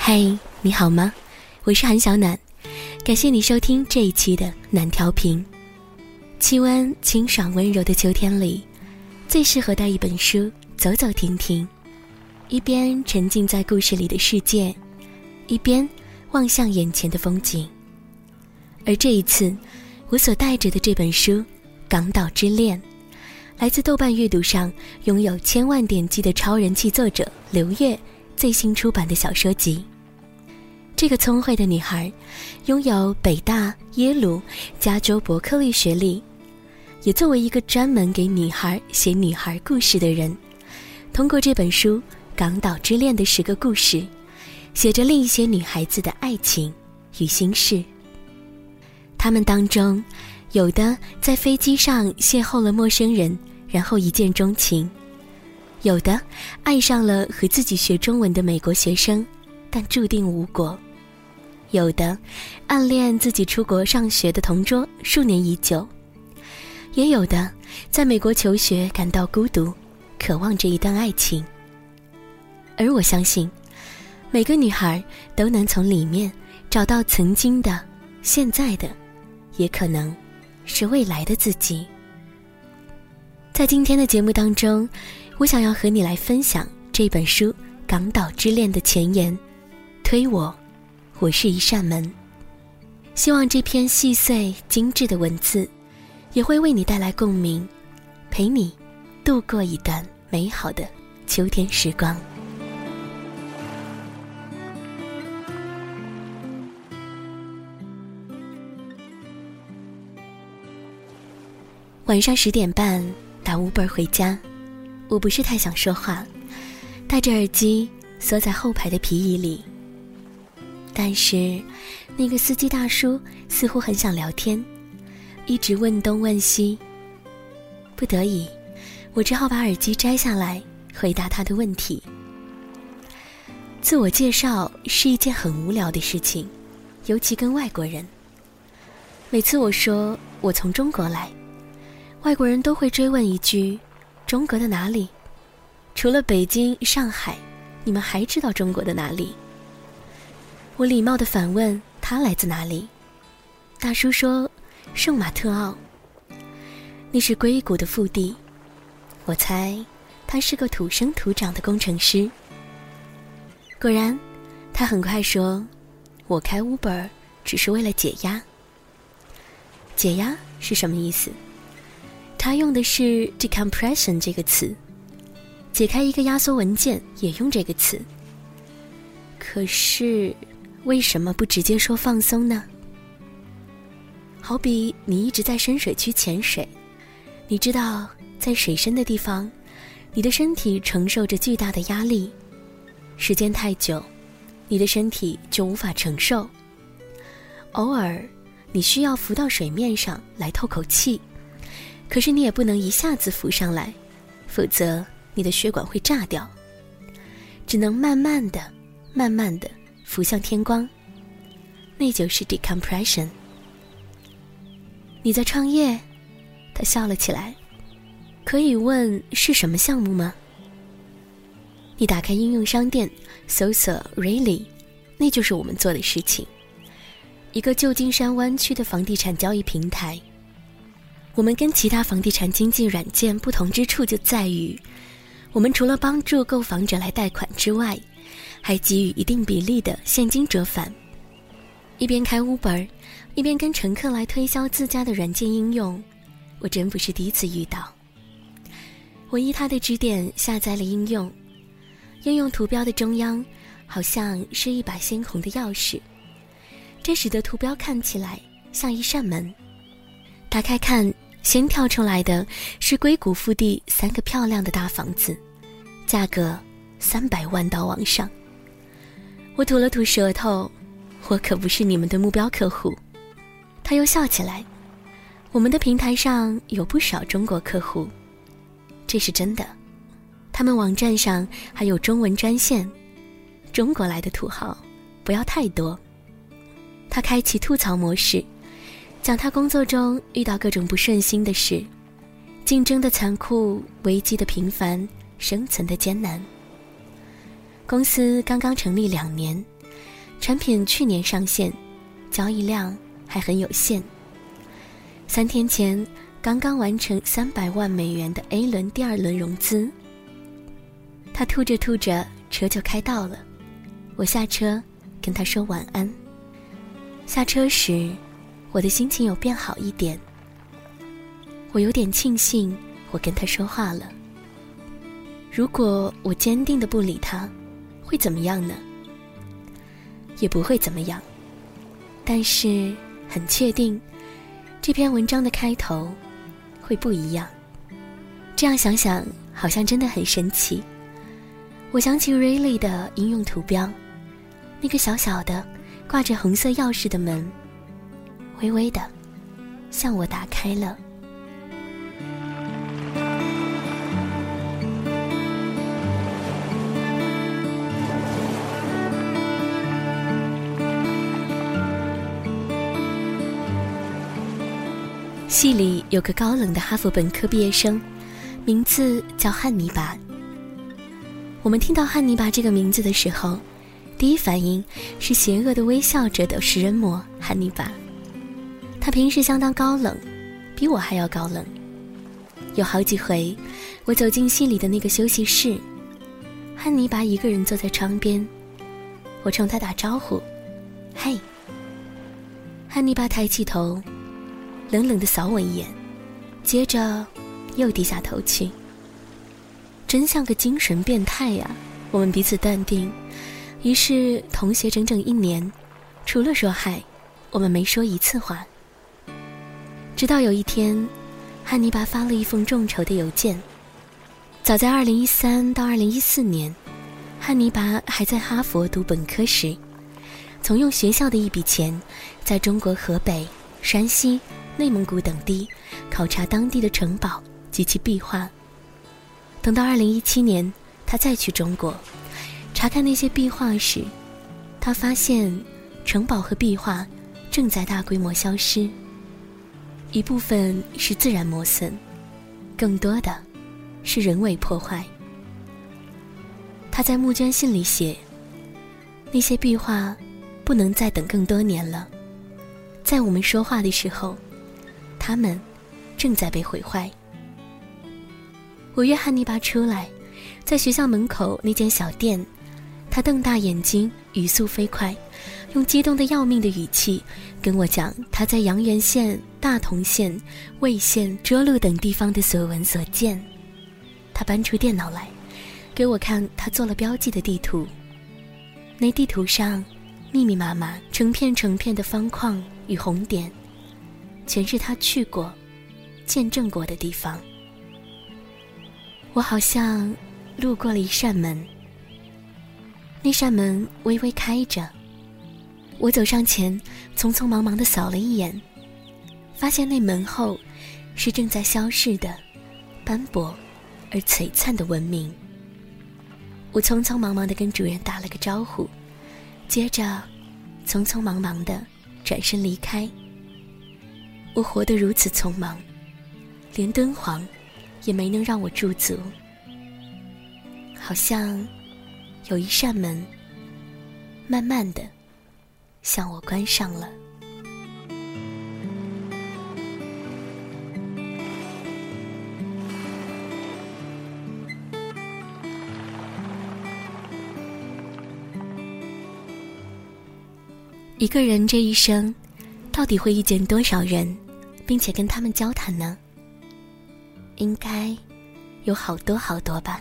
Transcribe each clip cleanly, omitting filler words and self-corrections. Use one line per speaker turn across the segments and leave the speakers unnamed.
嘿，你好吗？我是韩小暖，感谢你收听这一期的暖调频。气温清爽温柔的秋天里，最适合带一本书走走停停，一边沉浸在故事里的世界，一边望向眼前的风景。而这一次我所带着的这本书《港岛之恋》，来自豆瓣阅读上拥有1000万点击的超人气作者刘烨最新出版的小说集。这个聪慧的女孩拥有北大、耶鲁、加州伯克利学历，也作为一个专门给女孩写女孩故事的人，通过这本书《港岛之恋》的10个故事，写着另一些女孩子的爱情与心事。她们当中，有的在飞机上邂逅了陌生人，然后一见钟情；有的爱上了和自己学中文的美国学生，但注定无果；有的暗恋自己出国上学的同桌数年已久；也有的在美国求学感到孤独，渴望着一段爱情。而我相信，每个女孩都能从里面找到曾经的、现在的，也可能是未来的自己。在今天的节目当中，我想要和你来分享这本书《港岛之恋》的前言，推我是一扇门。希望这篇细碎精致的文字也会为你带来共鸣，陪你度过一段美好的秋天时光。晚上10点半打 Uber 回家，我不是太想说话，戴着耳机缩在后排的皮椅里，但是那个司机大叔似乎很想聊天，一直问东问西。不得已，我只好把耳机摘下来回答他的问题。自我介绍是一件很无聊的事情，尤其跟外国人。每次我说我从中国来，外国人都会追问一句：中国的哪里？除了北京、上海，你们还知道中国的哪里？我礼貌地反问他来自哪里。大叔说圣马特奥，那是硅谷的腹地。我猜他是个土生土长的工程师。果然，他很快说，我开 Uber 只是为了解压。解压是什么意思？他用的是 decompression 这个词，解开一个压缩文件也用这个词。可是为什么不直接说放松呢？好比你一直在深水区潜水，你知道在水深的地方，你的身体承受着巨大的压力，时间太久，你的身体就无法承受。偶尔你需要浮到水面上来透口气，可是你也不能一下子浮上来，否则你的血管会炸掉，只能慢慢的浮向天光，那就是 decompression。 你在创业？他笑了起来。可以问是什么项目吗？你打开应用商店搜索 Really， 那就是我们做的事情，一个旧金山湾区的房地产交易平台。我们跟其他房地产经纪软件不同之处就在于，我们除了帮助购房者来贷款之外，还给予一定比例的现金折返。一边开 Uber， 一边跟乘客来推销自家的软件应用，我真不是第一次遇到。我依他的指点下载了应用，应用图标的中央好像是一把鲜红的钥匙，这使得图标看起来像一扇门。打开看，先跳出来的是硅谷腹地3个漂亮的大房子，价格300万到往上。我吐了吐舌头，我可不是你们的目标客户。他又笑起来，我们的平台上有不少中国客户。这是真的，他们网站上还有中文专线。中国来的土豪不要太多。他开启吐槽模式，讲他工作中遇到各种不顺心的事，竞争的残酷，危机的频繁，生存的艰难。公司刚刚成立2年， 产品去年上线，交易量还很有限。3天前刚刚完成300万美元的 A 轮第2轮融资。他吐着吐着，车就开到了。我下车跟他说晚安。下车时，我的心情有变好一点。我有点庆幸我跟他说话了。如果我坚定地不理他，会怎么样呢？也不会怎么样。但是很确定，这篇文章的开头会不一样。这样想想，好像真的很神奇。我想起 Really 的应用图标，那个小小的挂着红色钥匙的门，微微的向我打开了。戏里有个高冷的哈佛本科毕业生，名字叫汉尼拔。我们听到汉尼拔这个名字的时候，第一反应是邪恶的微笑着的食人魔汉尼拔。他平时相当高冷，比我还要高冷。有好几回，我走进戏里的那个休息室，汉尼拔一个人坐在窗边，我冲他打招呼：“嘿。”汉尼拔抬起头，冷冷地扫我一眼，接着又低下头去。真像个精神变态呀，我们彼此断定。于是同学整整1年，除了说嗨，我们没说一次话。直到有一天，汉尼拔发了一封众筹的邮件。早在2013到2014年，汉尼拔还在哈佛读本科时，曾用学校的一笔钱，在中国河北、山西、内蒙古等地考察当地的城堡及其壁画。等到2017年，他再去中国查看那些壁画时，他发现城堡和壁画正在大规模消失，一部分是自然磨损，更多的是人为破坏。他在募捐信里写，那些壁画不能再等更多年了，在我们说话的时候，它们正在被毁坏。我约汉尼拔出来，在学校门口那间小店，他瞪大眼睛，语速飞快，用激动得要命的语气跟我讲他在阳原县、大同县、魏县、涿鹿等地方的所闻所见。他搬出电脑来，给我看他做了标记的地图。那地图上密密麻麻、成片成片的方框与红点，全是他去过、见证过的地方。我好像路过了一扇门，那扇门微微开着，我走上前，匆匆忙忙地扫了一眼，发现那门后是正在消逝的斑驳而璀璨的文明。我匆匆忙忙地跟主人打了个招呼，接着匆匆忙忙地转身离开。我活得如此匆忙，连敦煌也没能让我驻足。好像有一扇门慢慢地向我关上了。一个人这一生到底会遇见多少人，并且跟他们交谈呢？应该有好多好多吧。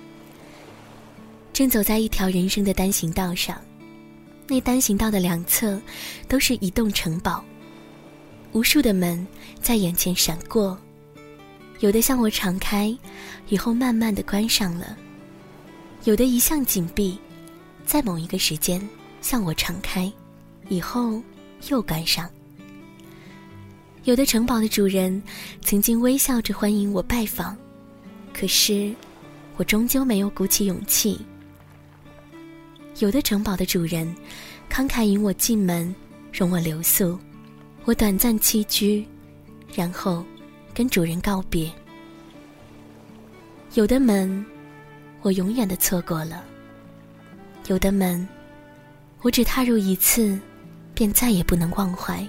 正走在一条人生的单行道上，那单行道的两侧都是一栋城堡，无数的门在眼前闪过，有的向我敞开，以后慢慢地关上了；有的一向紧闭，在某一个时间向我敞开，以后又关上。有的城堡的主人曾经微笑着欢迎我拜访，可是我终究没有鼓起勇气。有的城堡的主人慷慨引我进门，容我留宿，我短暂栖居，然后跟主人告别。有的门我永远地错过了，有的门我只踏入一次，便再也不能忘怀。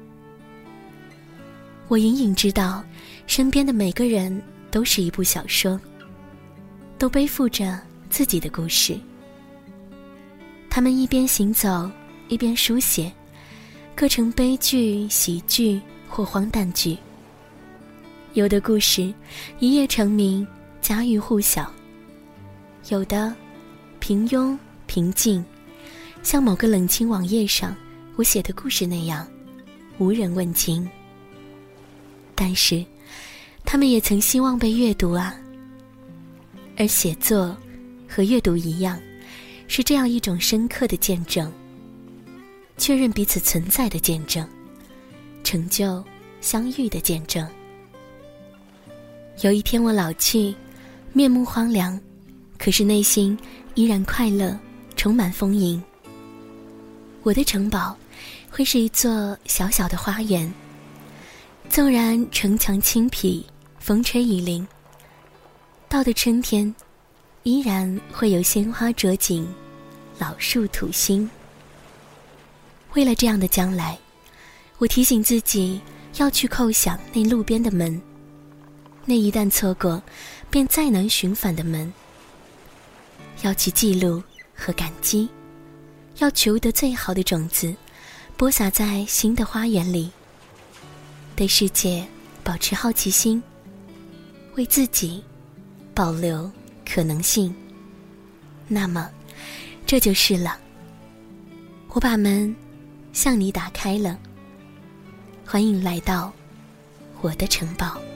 我隐隐知道，身边的每个人都是一部小说，都背负着自己的故事。他们一边行走，一边书写，各成悲剧、喜剧或荒诞剧。有的故事一夜成名，家喻户晓；有的平庸平静，像某个冷清网页上我写的故事那样，无人问津。但是他们也曾希望被阅读啊。而写作和阅读一样，是这样一种深刻的见证，确认彼此存在的见证，成就相遇的见证。有一天我老去，面目荒凉，可是内心依然快乐，充满丰盈。我的城堡会是一座小小的花园，纵然城墙轻匹，风吹雨淋，到的春天依然会有鲜花着锦，老树吐新。为了这样的将来，我提醒自己要去叩响那路边的门，那一旦错过便再难寻返的门。要去记录和感激，要求得最好的种子播撒在新的花园里，对世界保持好奇心，为自己保留可能性。那么这就是了，我把门向你打开了，欢迎来到我的城堡。